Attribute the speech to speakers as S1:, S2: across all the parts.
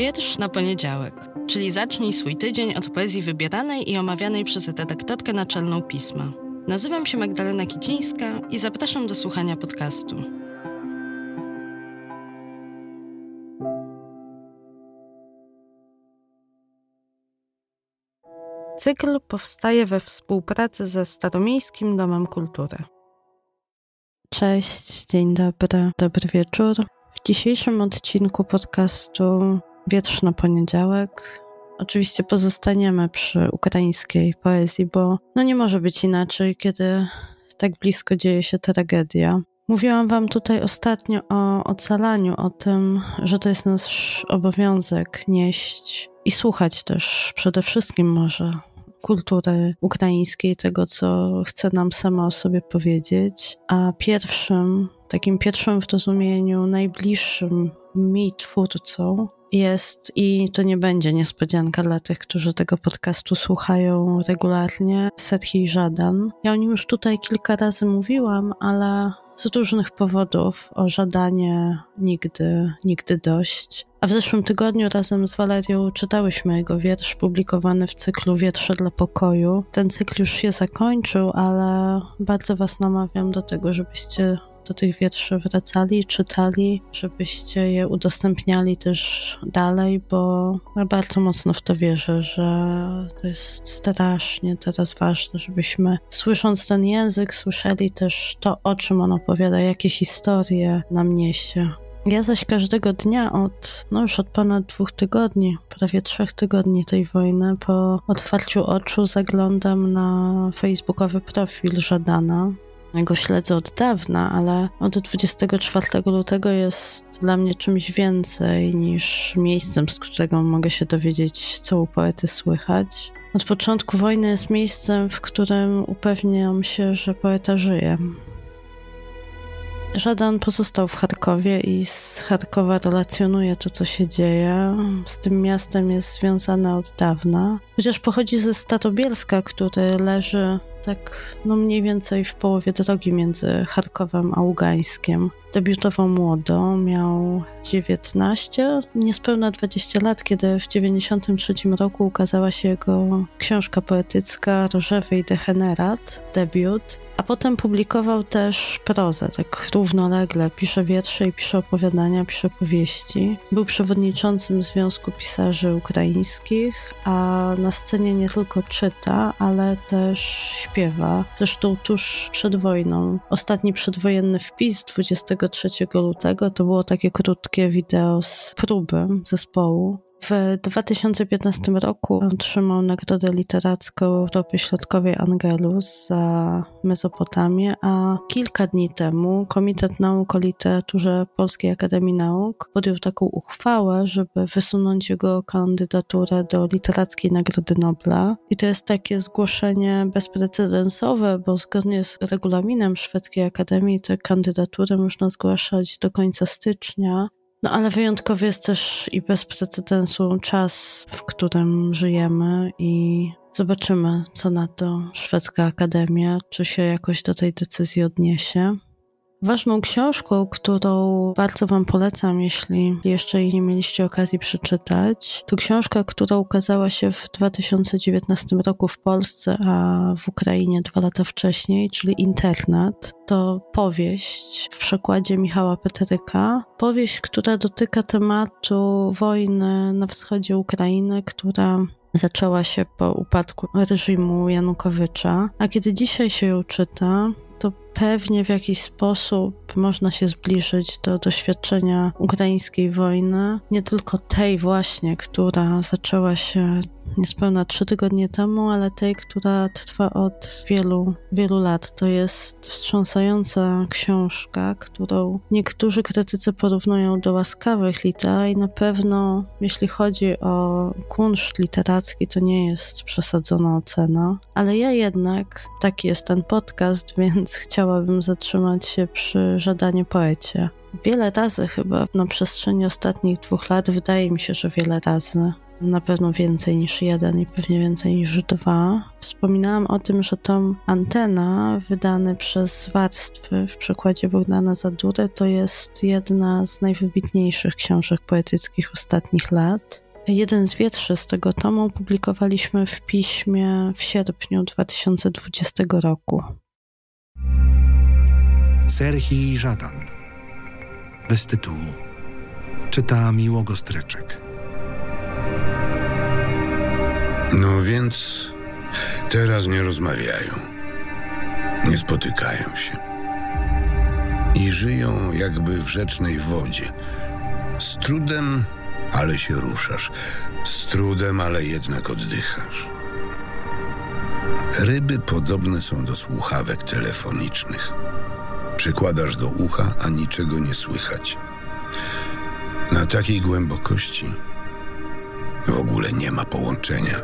S1: Wiersz na poniedziałek, czyli zacznij swój tydzień od poezji wybieranej i omawianej przez redaktorkę naczelną pisma. Nazywam się Magdalena Kicińska i zapraszam do słuchania podcastu. Cykl powstaje we współpracy ze Staromiejskim Domem Kultury. Cześć, dzień dobry, dobry wieczór. W dzisiejszym odcinku podcastu Wiersz na poniedziałek oczywiście pozostaniemy przy ukraińskiej poezji, bo nie może być inaczej, kiedy tak blisko dzieje się tragedia. Mówiłam wam tutaj ostatnio o ocalaniu, o tym, że to jest nasz obowiązek nieść i słuchać też przede wszystkim może kultury ukraińskiej, tego co chce nam sama o sobie powiedzieć, a takim pierwszym w rozumieniu najbliższym mi twórcą jest, i to nie będzie niespodzianka dla tych, którzy tego podcastu słuchają regularnie, Serhij Żadan. Ja o nim już tutaj kilka razy mówiłam, ale z różnych powodów o Żadanie nigdy dość. A w zeszłym tygodniu razem z Walerią czytałyśmy jego wiersz publikowany w cyklu Wiersze dla pokoju. Ten cykl już się zakończył, ale bardzo was namawiam do tego, żebyście do tych wierszy wracali, czytali, żebyście je udostępniali też dalej, bo ja bardzo mocno w to wierzę, że to jest strasznie teraz ważne, żebyśmy słysząc ten język słyszeli też to, o czym on opowiada, jakie historie nam niesie. Ja zaś każdego dnia już od ponad 2 tygodni, prawie 3 tygodni tej wojny, po otwarciu oczu zaglądam na facebookowy profil Żadana. Ja go śledzę od dawna, ale od 24 lutego jest dla mnie czymś więcej niż miejscem, z którego mogę się dowiedzieć, co u poety słychać. Od początku wojny jest miejscem, w którym upewniam się, że poeta żyje. Żadan pozostał w Charkowie i z Charkowa relacjonuje to, co się dzieje. Z tym miastem jest związany od dawna. Chociaż pochodzi ze Starobielska, który leży mniej więcej w połowie drogi między Charkowem a Ługańskiem. Debiutował młodo, miał 19, niespełna 20 lat, kiedy w 1993 roku ukazała się jego książka poetycka Różewy i degenerat, debiut, a potem publikował też prozę, tak równolegle, pisze wiersze i pisze opowiadania, pisze powieści. Był przewodniczącym Związku Pisarzy Ukraińskich, a na scenie nie tylko czyta, ale też śpiewa. Zresztą tuż przed wojną, ostatni przedwojenny wpis 23 lutego to było takie krótkie wideo z próby zespołu. W 2015 roku otrzymał Nagrodę Literacką Europy Środkowej Angelus za Mezopotamię, a kilka dni temu Komitet Nauk o Literaturze Polskiej Akademii Nauk podjął taką uchwałę, żeby wysunąć jego kandydaturę do Literackiej Nagrody Nobla. I to jest takie zgłoszenie bezprecedensowe, bo zgodnie z regulaminem Szwedzkiej Akademii te kandydatury można zgłaszać do końca stycznia. Ale wyjątkowy jest też i bez precedensu czas, w którym żyjemy i zobaczymy, co na to Szwedzka Akademia, czy się jakoś do tej decyzji odniesie. Ważną książką, którą bardzo wam polecam, jeśli jeszcze jej nie mieliście okazji przeczytać, to książka, która ukazała się w 2019 roku w Polsce, a w Ukrainie 2 lata wcześniej, czyli Internat. To powieść w przekładzie Michała Petryka. Powieść, która dotyka tematu wojny na wschodzie Ukrainy, która zaczęła się po upadku reżimu Janukowycza, a kiedy dzisiaj się ją czyta, to pewnie w jakiś sposób można się zbliżyć do doświadczenia ukraińskiej wojny. Nie tylko tej właśnie, która zaczęła się niespełna 3 tygodnie temu, ale tej, która trwa od wielu lat. To jest wstrząsająca książka, którą niektórzy krytycy porównują do łaskawych liter i na pewno, jeśli chodzi o kunszt literacki, to nie jest przesadzona ocena. Ale ja jednak, taki jest ten podcast, więc chciałabym zatrzymać się przy Żadanie poecie. Wiele razy chyba na przestrzeni ostatnich 2 lat, wydaje mi się, że wiele razy, na pewno więcej niż jeden i pewnie więcej niż dwa. Wspominałam o tym, że tom Antena, wydany przez Warstwy w przekładzie Bogdana Zadury, to jest jedna z najwybitniejszych książek poetyckich ostatnich lat. Jeden z wierszy z tego tomu opublikowaliśmy w piśmie w sierpniu 2020 roku.
S2: Serhii Żadan. Bez tytułu. Czyta Miłogo Streczek.
S3: No więc teraz nie rozmawiają, nie spotykają się i żyją jakby w rzecznej wodzie. Z trudem, ale się ruszasz, z trudem, ale jednak oddychasz. Ryby podobne są do słuchawek telefonicznych. Przykładasz do ucha, a niczego nie słychać. Na takiej głębokości w ogóle nie ma połączenia.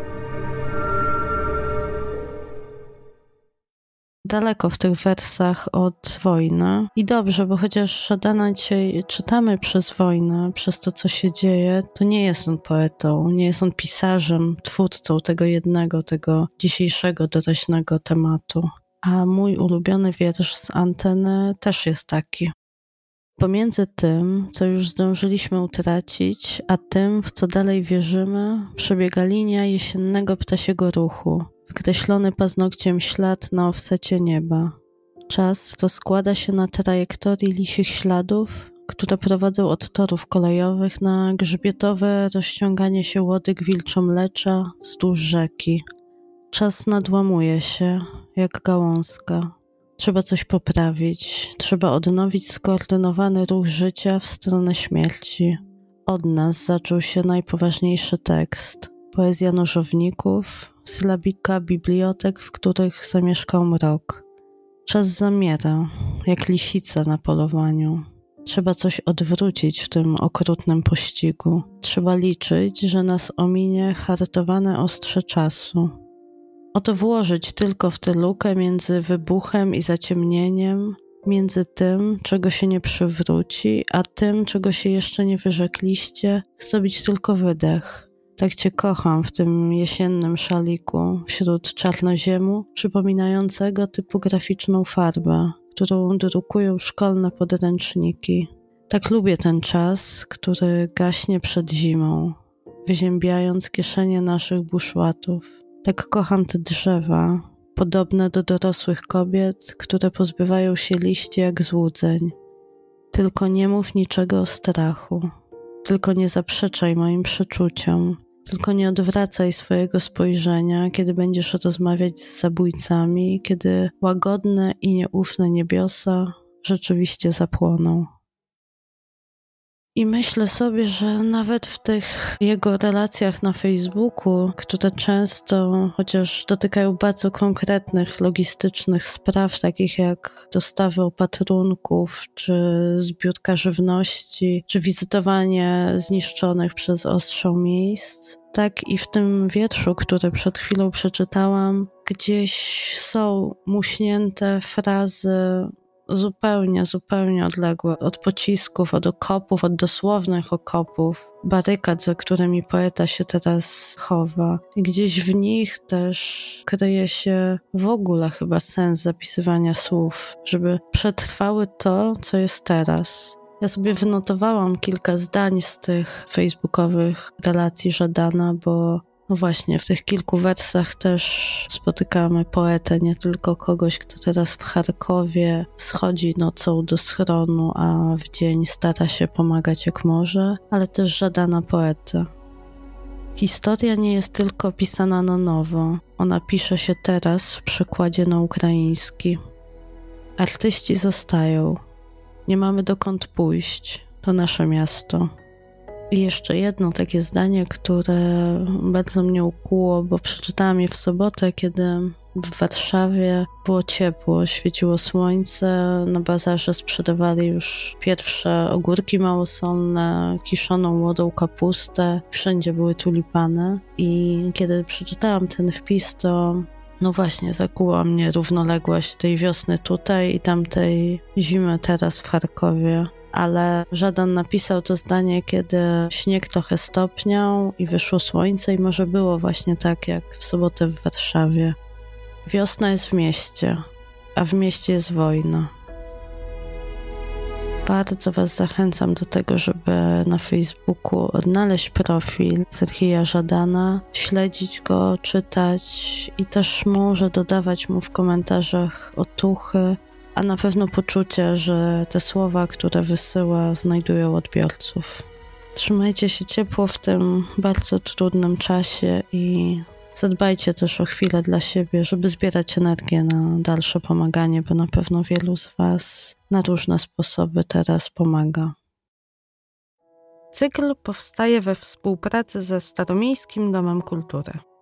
S1: Daleko w tych wersach od wojny. I dobrze, bo chociaż Żadana dzisiaj czytamy przez wojnę, przez to, co się dzieje, to nie jest on poetą, nie jest on pisarzem, twórcą tego jednego, tego dzisiejszego, doraźnego tematu. A mój ulubiony wiersz z Anteny też jest taki. Pomiędzy tym, co już zdążyliśmy utracić, a tym, w co dalej wierzymy, przebiega linia jesiennego ptasiego ruchu, wykreślony paznokciem ślad na offsecie nieba. Czas rozkłada się na trajektorii lisich śladów, które prowadzą od torów kolejowych na grzbietowe rozciąganie się łodyg wilczomlecza wzdłuż rzeki. Czas nadłamuje się, jak gałązka. Trzeba coś poprawić, trzeba odnowić skoordynowany ruch życia w stronę śmierci. Od nas zaczął się najpoważniejszy tekst. Poezja nożowników, sylabika bibliotek, w których zamieszkał mrok. Czas zamiera, jak lisica na polowaniu. Trzeba coś odwrócić w tym okrutnym pościgu. Trzeba liczyć, że nas ominie hartowane ostrze czasu. Oto włożyć tylko w tę lukę między wybuchem i zaciemnieniem, między tym, czego się nie przywróci, a tym, czego się jeszcze nie wyrzekliście, zrobić tylko wydech. Tak cię kocham w tym jesiennym szaliku, wśród czarnoziemu, przypominającego typograficzną farbę, którą drukują szkolne podręczniki. Tak lubię ten czas, który gaśnie przed zimą, wyziębiając kieszenie naszych buszłatów. Tak kocham te drzewa, podobne do dorosłych kobiet, które pozbywają się liści jak złudzeń. Tylko nie mów niczego o strachu, tylko nie zaprzeczaj moim przeczuciom, tylko nie odwracaj swojego spojrzenia, kiedy będziesz rozmawiać z zabójcami, kiedy łagodne i nieufne niebiosa rzeczywiście zapłoną. I myślę sobie, że nawet w tych jego relacjach na Facebooku, które często, chociaż dotykają bardzo konkretnych, logistycznych spraw, takich jak dostawy opatrunków, czy zbiórka żywności, czy wizytowanie zniszczonych przez ostrzał miejsc, tak i w tym wierszu, który przed chwilą przeczytałam, gdzieś są muśnięte frazy zupełnie odległe od pocisków, od okopów, od dosłownych okopów, barykad, za którymi poeta się teraz chowa. I gdzieś w nich też kryje się w ogóle chyba sens zapisywania słów, żeby przetrwały to, co jest teraz. Ja sobie wynotowałam kilka zdań z tych facebookowych relacji Żadana, bo no właśnie, w tych kilku wersach też spotykamy poetę, nie tylko kogoś, kto teraz w Charkowie schodzi nocą do schronu, a w dzień stara się pomagać jak może, ale też Żadana poetę. Historia nie jest tylko pisana na nowo, ona pisze się teraz w przekładzie na ukraiński. Artyści zostają, nie mamy dokąd pójść, to nasze miasto. I jeszcze jedno takie zdanie, które bardzo mnie ukuło, bo przeczytałam je w sobotę, kiedy w Warszawie było ciepło, świeciło słońce, na bazarze sprzedawali już pierwsze ogórki małosolne, kiszoną młodą kapustę, wszędzie były tulipany. I kiedy przeczytałam ten wpis, to no właśnie zakuła mnie równoległość tej wiosny tutaj i tamtej zimy teraz w Charkowie. ale Żadan napisał to zdanie, kiedy śnieg trochę stopniał i wyszło słońce i może było właśnie tak jak w sobotę w Warszawie. Wiosna jest w mieście, a w mieście jest wojna. Bardzo Was zachęcam do tego, żeby na Facebooku odnaleźć profil Serhija Żadana, śledzić go, czytać i też może dodawać mu w komentarzach otuchy, a na pewno poczucie, że te słowa, które wysyła, znajdują odbiorców. Trzymajcie się ciepło w tym bardzo trudnym czasie i zadbajcie też o chwilę dla siebie, żeby zbierać energię na dalsze pomaganie, bo na pewno wielu z Was na różne sposoby teraz pomaga. Cykl powstaje we współpracy ze Staromiejskim Domem Kultury.